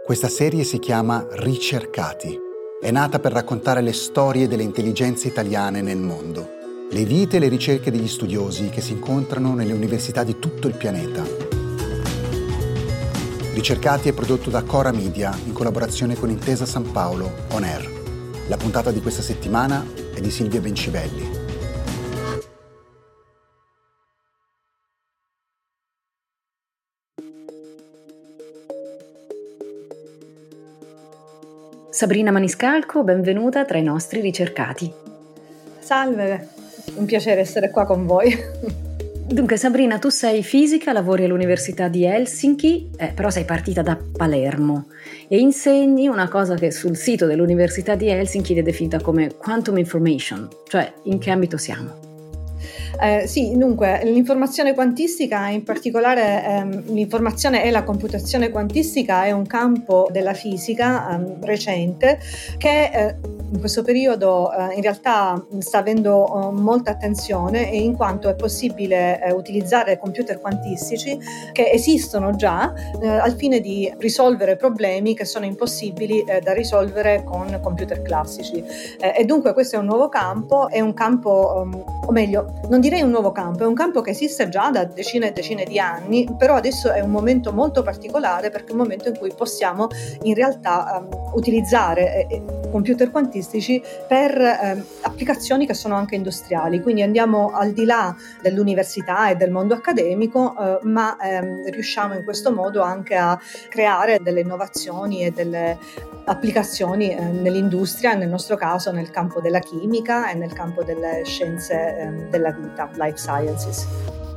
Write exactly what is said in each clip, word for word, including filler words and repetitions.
Questa serie si chiama Ricercati. È nata per raccontare le storie delle intelligenze italiane nel mondo, le vite e le ricerche degli studiosi che si incontrano nelle università di tutto il pianeta. Ricercati è prodotto da Cora Media in collaborazione con Intesa San Paolo On Air. La puntata di questa settimana è di Silvia Bencivelli. Sabrina Maniscalco, benvenuta tra i nostri ricercati. Salve, un piacere essere qua con voi. Dunque Sabrina, tu sei fisica, lavori all'Università di Helsinki, eh, però sei partita da Palermo e insegni una cosa che sul sito dell'Università di Helsinki è definita come quantum information, cioè in che ambito siamo? Eh, sì, dunque, l'informazione quantistica, in particolare ehm, l'informazione e la computazione quantistica, è un campo della fisica ehm, recente che eh, in questo periodo eh, in realtà sta avendo eh, molta attenzione, e in quanto è possibile eh, utilizzare computer quantistici che esistono già eh, al fine di risolvere problemi che sono impossibili eh, da risolvere con computer classici. Eh, e dunque questo è un nuovo campo, è un campo, um, o meglio, non direi un nuovo campo, è un campo che esiste già da decine e decine di anni, però adesso è un momento molto particolare perché è un momento in cui possiamo in realtà um, utilizzare eh, computer quantistici per eh, applicazioni che sono anche industriali, quindi andiamo al di là dell'università e del mondo accademico, eh, ma ehm, riusciamo in questo modo anche a creare delle innovazioni e delle applicazioni eh, nell'industria, nel nostro caso nel campo della chimica e nel campo delle scienze eh, della vita, life sciences.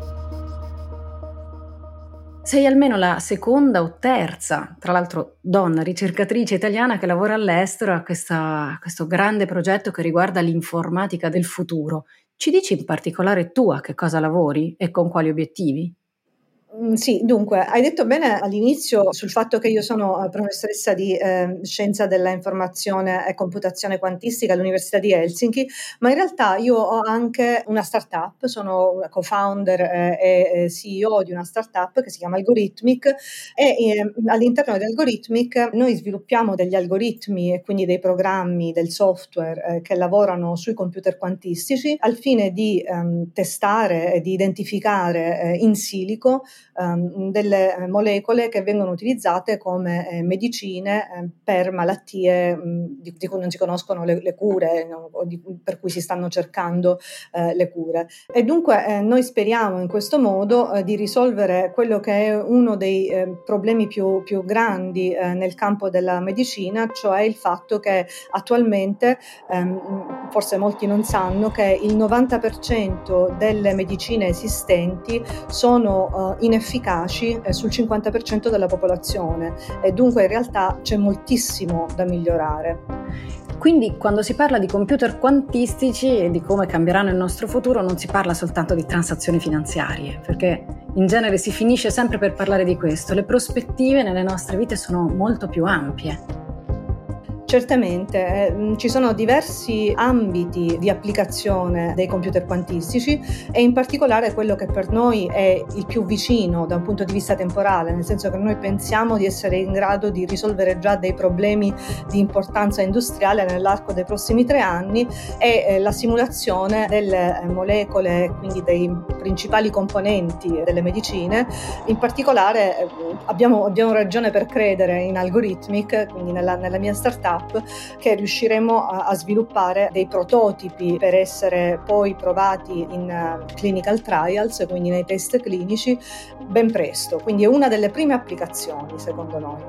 Sei almeno la seconda o terza, tra l'altro donna ricercatrice italiana che lavora all'estero a, questa, a questo grande progetto che riguarda l'informatica del futuro. Ci dici in particolare tu a che cosa lavori e con quali obiettivi? Mm, Sì, dunque, hai detto bene all'inizio sul fatto che io sono eh, professoressa di eh, scienza della informazione e computazione quantistica all'Università di Helsinki, ma in realtà io ho anche una startup, sono una co-founder eh, e C E O di una startup che si chiama Algorithmic, e eh, all'interno di Algorithmic noi sviluppiamo degli algoritmi e quindi dei programmi, del software eh, che lavorano sui computer quantistici al fine di ehm, testare e di identificare eh, in silico Um, delle molecole che vengono utilizzate come eh, medicine eh, per malattie mh, di, di cui non si conoscono le, le cure, no? o di, per cui si stanno cercando eh, le cure. E dunque eh, noi speriamo in questo modo eh, di risolvere quello che è uno dei eh, problemi più, più grandi eh, nel campo della medicina, cioè il fatto che attualmente ehm, forse molti non sanno che il novanta per cento delle medicine esistenti sono uh, inefficaci eh, sul cinquanta per cento della popolazione, e dunque in realtà c'è moltissimo da migliorare. Quindi quando si parla di computer quantistici e di come cambieranno il nostro futuro non si parla soltanto di transazioni finanziarie, perché in genere si finisce sempre per parlare di questo. Le prospettive nelle nostre vite sono molto più ampie. Certamente, eh, ci sono diversi ambiti di applicazione dei computer quantistici, e in particolare quello che per noi è il più vicino da un punto di vista temporale, nel senso che noi pensiamo di essere in grado di risolvere già dei problemi di importanza industriale nell'arco dei prossimi tre anni, è eh, la simulazione delle molecole, quindi dei principali componenti delle medicine. In particolare eh, abbiamo, abbiamo ragione per credere in Algorithmic, quindi nella, nella mia startup, che riusciremo a, a sviluppare dei prototipi per essere poi provati in uh, clinical trials, quindi nei test clinici, ben presto. Quindi è una delle prime applicazioni, secondo noi.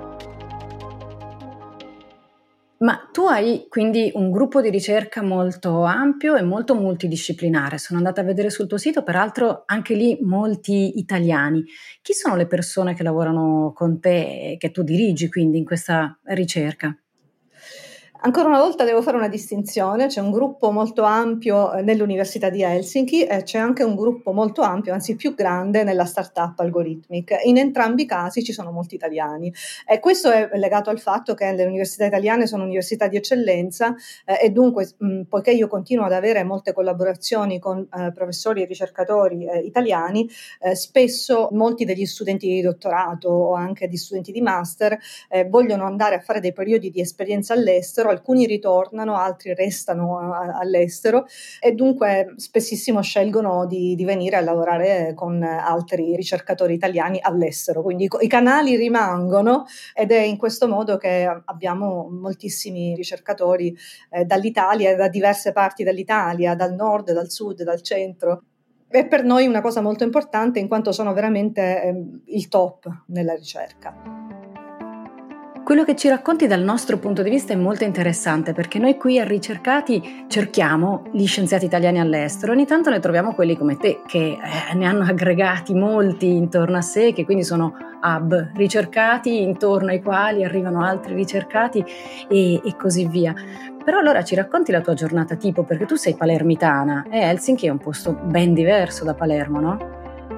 Ma tu hai quindi un gruppo di ricerca molto ampio e molto multidisciplinare. Sono andata a vedere sul tuo sito, peraltro anche lì molti italiani. Chi sono le persone che lavorano con te e che tu dirigi quindi in questa ricerca? Ancora una volta devo fare una distinzione: c'è un gruppo molto ampio nell'Università di Helsinki e c'è anche un gruppo molto ampio, anzi più grande, nella startup Algorithmic. In entrambi i casi ci sono molti italiani e questo è legato al fatto che le università italiane sono università di eccellenza eh, e dunque mh, poiché io continuo ad avere molte collaborazioni con eh, professori e ricercatori eh, italiani, eh, spesso molti degli studenti di dottorato o anche di studenti di master eh, vogliono andare a fare dei periodi di esperienza all'estero. Alcuni ritornano, altri restano a, all'estero e dunque spessissimo scelgono di, di venire a lavorare con altri ricercatori italiani all'estero. Quindi i canali rimangono ed è in questo modo che abbiamo moltissimi ricercatori eh, dall'Italia, da diverse parti dell'Italia, dal nord, dal sud, dal centro. È per noi una cosa molto importante in quanto sono veramente eh, il top nella ricerca. Quello che ci racconti dal nostro punto di vista è molto interessante, perché noi qui a Ricercati cerchiamo gli scienziati italiani all'estero. Ogni tanto ne troviamo quelli come te che eh, ne hanno aggregati molti intorno a sé, che quindi sono hub ricercati intorno ai quali arrivano altri ricercati e, e così via. Però allora ci racconti la tua giornata tipo, perché tu sei palermitana e Helsinki è un posto ben diverso da Palermo, no?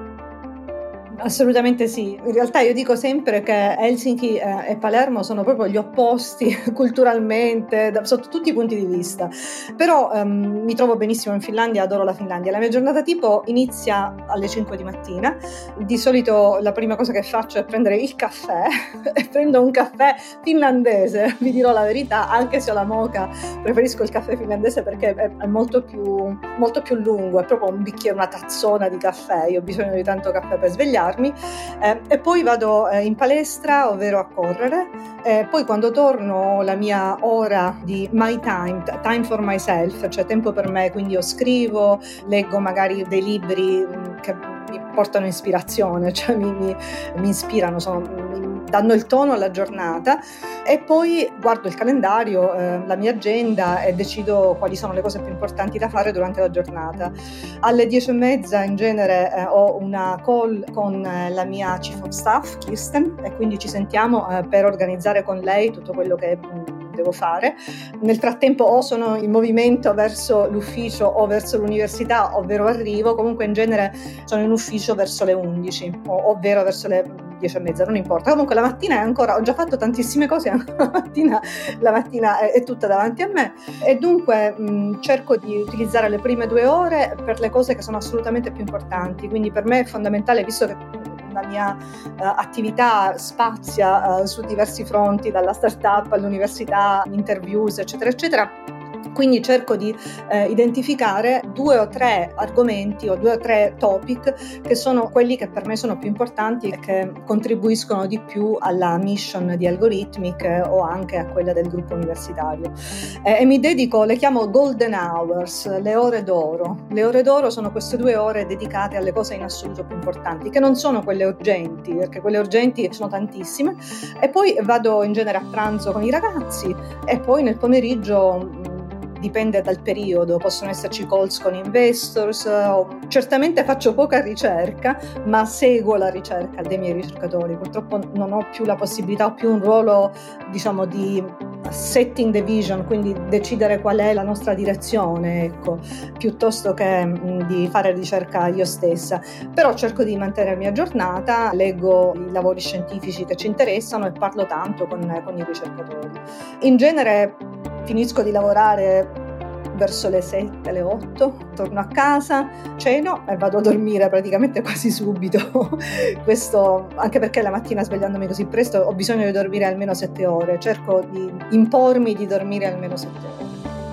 Assolutamente sì, in realtà io dico sempre che Helsinki eh, e Palermo sono proprio gli opposti culturalmente, da, sotto tutti i punti di vista, però ehm, mi trovo benissimo in Finlandia, adoro la Finlandia. La mia giornata tipo inizia alle cinque di mattina, di solito la prima cosa che faccio è prendere il caffè e prendo un caffè finlandese, vi dirò la verità, anche se ho la moka, preferisco il caffè finlandese perché è, è molto più, molto più lungo, è proprio un bicchiere, una tazzona di caffè, io ho bisogno di tanto caffè per svegliarmi. Eh, e poi vado eh, in palestra, ovvero a correre, eh, poi quando torno la mia ora di my time, time for myself, cioè tempo per me, quindi io scrivo, leggo magari dei libri mh, che mi portano ispirazione, cioè mi, mi, mi ispirano, sono, mi danno il tono alla giornata e poi guardo il calendario, eh, la mia agenda e decido quali sono le cose più importanti da fare durante la giornata. Alle dieci e mezza in genere eh, ho una call con eh, la mia chief of staff, Kirsten, e quindi ci sentiamo eh, per organizzare con lei tutto quello che mh, devo fare. Nel frattempo o sono in movimento verso l'ufficio o verso l'università, ovvero arrivo, comunque in genere sono in ufficio verso le undici, o, ovvero verso le dieci e mezza, non importa. Comunque la mattina è ancora, ho già fatto tantissime cose, la mattina, la mattina è, è tutta davanti a me e dunque mh, cerco di utilizzare le prime due ore per le cose che sono assolutamente più importanti. Quindi per me è fondamentale, visto che la mia uh, attività spazia uh, su diversi fronti, dalla startup all'università, interviews, eccetera, eccetera. Quindi cerco di eh, identificare due o tre argomenti o due o tre topic che sono quelli che per me sono più importanti e che contribuiscono di più alla mission di Algorithmic eh, o anche a quella del gruppo universitario. Eh, e mi dedico, le chiamo golden hours, le ore d'oro. Le ore d'oro sono queste due ore dedicate alle cose in assoluto più importanti, che non sono quelle urgenti, perché quelle urgenti sono tantissime, e poi vado in genere a pranzo con i ragazzi e poi nel pomeriggio dipende dal periodo, possono esserci calls con investors, o, certamente faccio poca ricerca, ma seguo la ricerca dei miei ricercatori. Purtroppo non ho più la possibilità, ho più un ruolo, diciamo, di setting the vision, quindi decidere qual è la nostra direzione, ecco, piuttosto che mh, di fare ricerca io stessa. Però cerco di mantenermi aggiornata, leggo i lavori scientifici che ci interessano e parlo tanto con, con i ricercatori. In genere finisco di lavorare verso le sette, le otto, torno a casa, ceno e vado a dormire praticamente quasi subito. Questo anche perché la mattina, svegliandomi così presto, ho bisogno di dormire almeno sette ore, cerco di impormi di dormire almeno sette ore.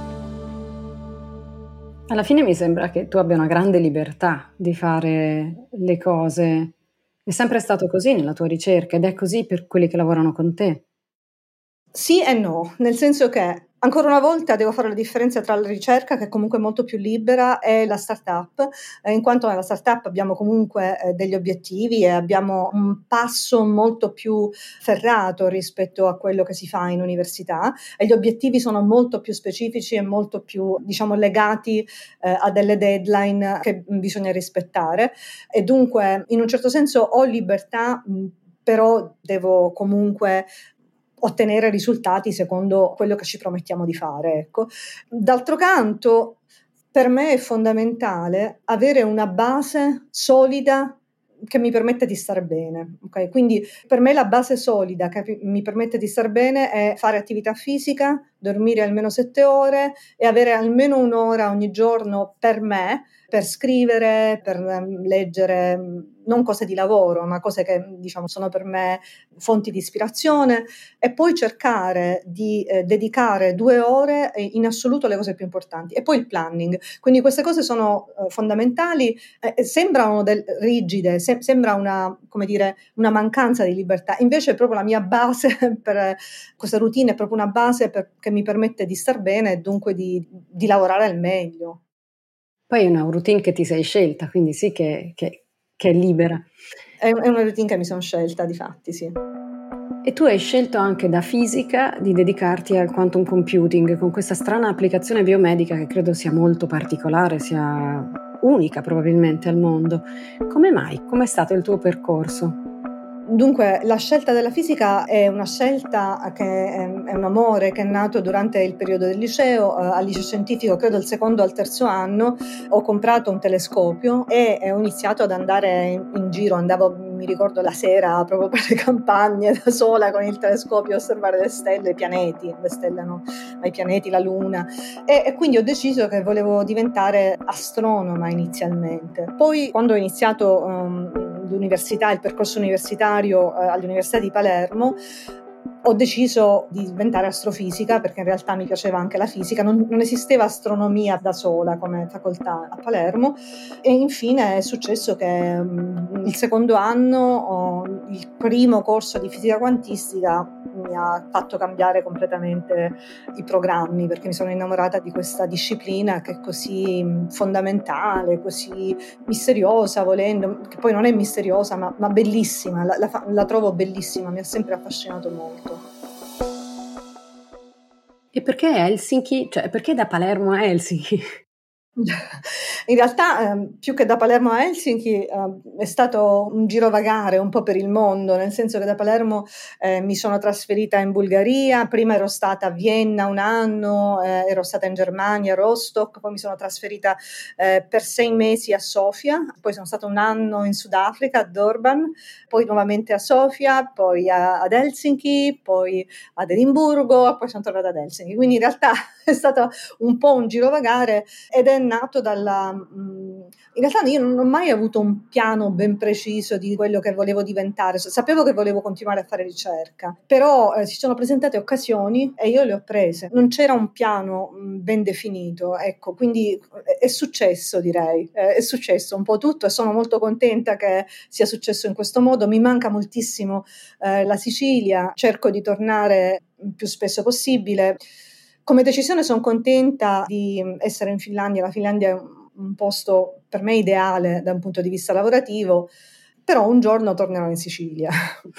Alla fine mi sembra che tu abbia una grande libertà di fare le cose. È sempre stato così nella tua ricerca ed è così per quelli che lavorano con te. Sì e no, nel senso che ancora una volta devo fare la differenza tra la ricerca, che è comunque molto più libera, e la startup, eh, in quanto nella startup abbiamo comunque eh, degli obiettivi e abbiamo un passo molto più ferrato rispetto a quello che si fa in università, e gli obiettivi sono molto più specifici e molto più, diciamo, legati eh, a delle deadline che bisogna rispettare, e dunque in un certo senso ho libertà, mh, però devo comunque ottenere risultati secondo quello che ci promettiamo di fare, ecco. D'altro canto, per me è fondamentale avere una base solida che mi permette di stare bene, okay? Quindi per me la base solida che mi permette di stare bene è fare attività fisica, dormire almeno sette ore e avere almeno un'ora ogni giorno per me, per scrivere, per leggere, non cose di lavoro, ma cose che diciamo sono per me fonti di ispirazione, e poi cercare di eh, dedicare due ore in assoluto alle cose più importanti. E poi il planning. Quindi queste cose sono eh, fondamentali, eh, sembrano del, rigide, se, sembra una, come dire, una mancanza di libertà, invece è proprio la mia base per questa routine, è proprio una base per, che mi permette di star bene e dunque di, di lavorare al meglio. Poi è una routine che ti sei scelta, quindi sì che, che, che è libera. È, è una routine che mi sono scelta, difatti, sì. E tu hai scelto anche da fisica di dedicarti al quantum computing, con questa strana applicazione biomedica che credo sia molto particolare, sia unica probabilmente al mondo. Come mai? Com'è stato il tuo percorso? Dunque, la scelta della fisica è una scelta che è un amore che è nato durante il periodo del liceo, eh, al liceo scientifico, credo il secondo o al terzo anno, ho comprato un telescopio e ho iniziato ad andare in, in giro, andavo, mi ricordo, la sera proprio per le campagne da sola con il telescopio a osservare le stelle, i pianeti, le stelle no, ma i pianeti, la luna, e, e quindi ho deciso che volevo diventare astronoma inizialmente. Poi quando ho iniziato um, l'università, il percorso universitario eh, all'Università di Palermo, ho deciso di diventare astrofisica perché in realtà mi piaceva anche la fisica, non, non esisteva astronomia da sola come facoltà a Palermo, e infine è successo che um, il secondo anno oh, il primo corso di fisica quantistica mi ha fatto cambiare completamente i programmi, perché mi sono innamorata di questa disciplina che è così fondamentale, così misteriosa volendo, che poi non è misteriosa ma, ma bellissima, la, la, la trovo bellissima, mi ha sempre affascinato molto. E perché Helsinki? Cioè, perché da Palermo a Helsinki? In realtà eh, più che da Palermo a Helsinki eh, è stato un girovagare un po' per il mondo, nel senso che da Palermo eh, mi sono trasferita in Bulgaria, prima ero stata a Vienna un anno, eh, ero stata in Germania, a Rostock, poi mi sono trasferita eh, per sei mesi a Sofia, poi sono stata un anno in Sudafrica, a Durban, poi nuovamente a Sofia, poi a, ad Helsinki, poi ad Edimburgo, poi sono tornata ad Helsinki, quindi in realtà è stato un po' un girovagare ed è nato dalla... In realtà io non ho mai avuto un piano ben preciso di quello che volevo diventare, sapevo che volevo continuare a fare ricerca, però eh, si sono presentate occasioni e io le ho prese, non c'era un piano mh, ben definito, ecco, quindi è, è successo, direi, è, è successo un po' tutto e sono molto contenta che sia successo in questo modo. Mi manca moltissimo eh, la Sicilia, cerco di tornare il più spesso possibile. Come decisione sono contenta di essere in Finlandia, la Finlandia è un, un posto per me ideale da un punto di vista lavorativo, però un giorno tornerò in Sicilia.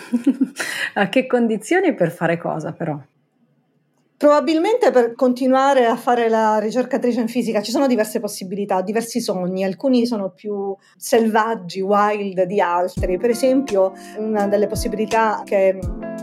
A che condizioni per fare cosa però? Probabilmente per continuare a fare la ricercatrice in fisica. Ci sono diverse possibilità, diversi sogni, alcuni sono più selvaggi, wild di altri. Per esempio, una delle possibilità che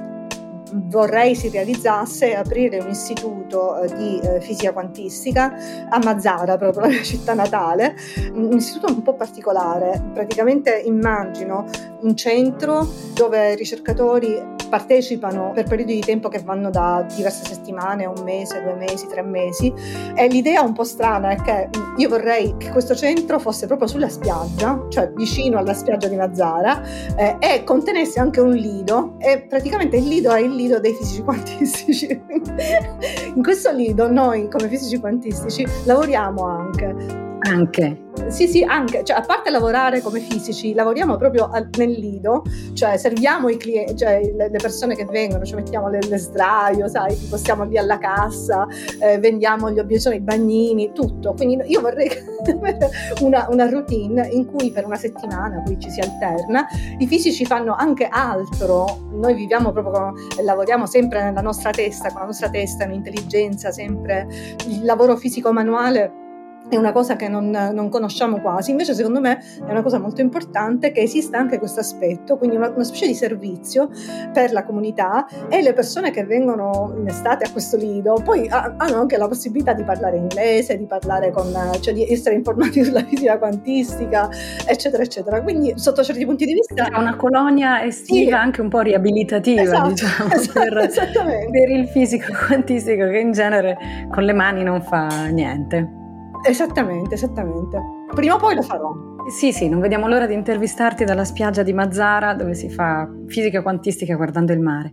vorrei si realizzasse è aprire un istituto eh, di eh, fisica quantistica a Mazara, proprio la mia città natale, un istituto un po' particolare. Praticamente immagino un centro dove ricercatori partecipano per periodi di tempo che vanno da diverse settimane, un mese, due mesi, tre mesi, e l'idea un po' strana è che io vorrei che questo centro fosse proprio sulla spiaggia, cioè vicino alla spiaggia di Mazara, eh, e contenesse anche un lido, e praticamente il lido è il lido dei fisici quantistici. In questo lido noi come fisici quantistici lavoriamo anche. Anche? Sì, sì, anche, cioè a parte lavorare come fisici, lavoriamo proprio al, nel lido, cioè serviamo i clienti, cioè le, le persone che vengono, ci mettiamo le, le sdraio, sai, tipo stiamo lì alla cassa, eh, vendiamo gli obiettivi, i bagnini, tutto. Quindi io vorrei una, una routine in cui per una settimana, poi ci si alterna, i fisici fanno anche altro, noi viviamo proprio e lavoriamo sempre nella nostra testa, con la nostra testa, un'intelligenza sempre, il lavoro fisico manuale è una cosa che non, non conosciamo quasi. Invece secondo me è una cosa molto importante che esista anche questo aspetto, quindi una, una specie di servizio per la comunità, e le persone che vengono in estate a questo lido poi ha, hanno anche la possibilità di parlare inglese, di parlare con, cioè di essere informati sulla fisica quantistica, eccetera eccetera. Quindi sotto certi punti di vista è una colonia estiva, sì, anche un po' riabilitativa, esatto, diciamo, esatto, per, per il fisico quantistico che in genere con le mani non fa niente. Esattamente, esattamente. Prima o poi lo farò. Sì, sì, non vediamo l'ora di intervistarti dalla spiaggia di Mazara, dove si fa fisica quantistica guardando il mare.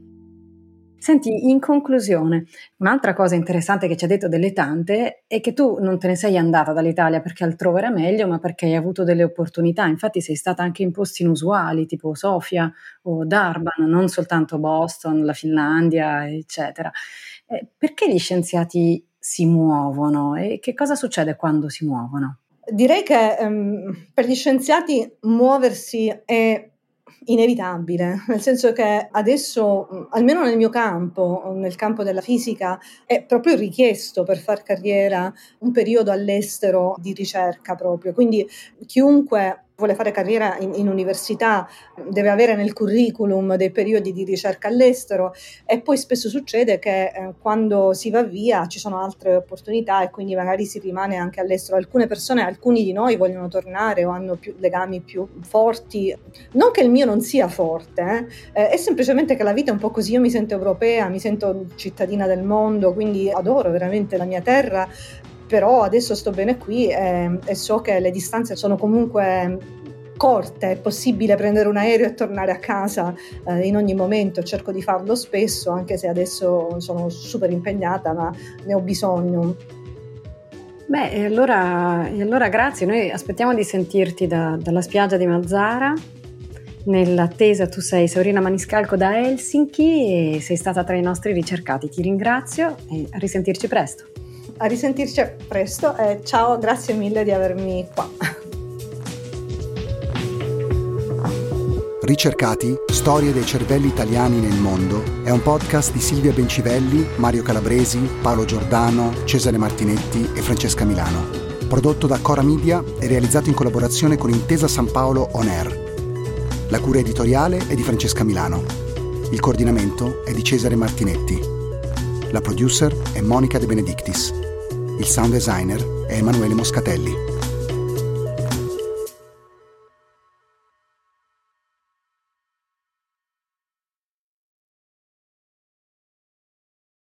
Senti, in conclusione, un'altra cosa interessante che ci ha detto delle tante è che tu non te ne sei andata dall'Italia perché altrove era meglio, ma perché hai avuto delle opportunità. Infatti sei stata anche in posti inusuali, tipo Sofia o Durban, non soltanto Boston, la Finlandia, eccetera. Eh, perché gli scienziati si muovono e che cosa succede quando si muovono? Direi che um, per gli scienziati muoversi è inevitabile, nel senso che adesso, almeno nel mio campo, nel campo della fisica, è proprio richiesto per far carriera un periodo all'estero di ricerca proprio, quindi chiunque vuole fare carriera in, in università deve avere nel curriculum dei periodi di ricerca all'estero, e poi spesso succede che eh, quando si va via ci sono altre opportunità e quindi magari si rimane anche all'estero. Alcune persone, alcuni di noi vogliono tornare o hanno più legami più forti, non che il mio non sia forte, eh, è semplicemente che la vita è un po' così. Io mi sento europea, mi sento cittadina del mondo, quindi adoro veramente la mia terra, però adesso sto bene qui e, e so che le distanze sono comunque corte, è possibile prendere un aereo e tornare a casa eh, in ogni momento. Cerco di farlo spesso, anche se adesso sono super impegnata, ma ne ho bisogno. Beh, e allora, e allora grazie, noi aspettiamo di sentirti da, dalla spiaggia di Mazara. Nell'attesa tu sei Sabrina Maniscalco da Helsinki e sei stata tra i nostri ricercati. Ti ringrazio e a risentirci presto. A risentirci presto e ciao, grazie mille di avermi qua. Ricercati, storie dei cervelli italiani nel mondo è un podcast di Silvia Bencivelli, Mario Calabresi, Paolo Giordano, Cesare Martinetti e Francesca Milano. Prodotto da Cora Media e realizzato in collaborazione con Intesa San Paolo On Air. La cura editoriale è di Francesca Milano. Il coordinamento è di Cesare Martinetti. La producer è Monica De Benedictis. Il sound designer è Emanuele Moscatelli.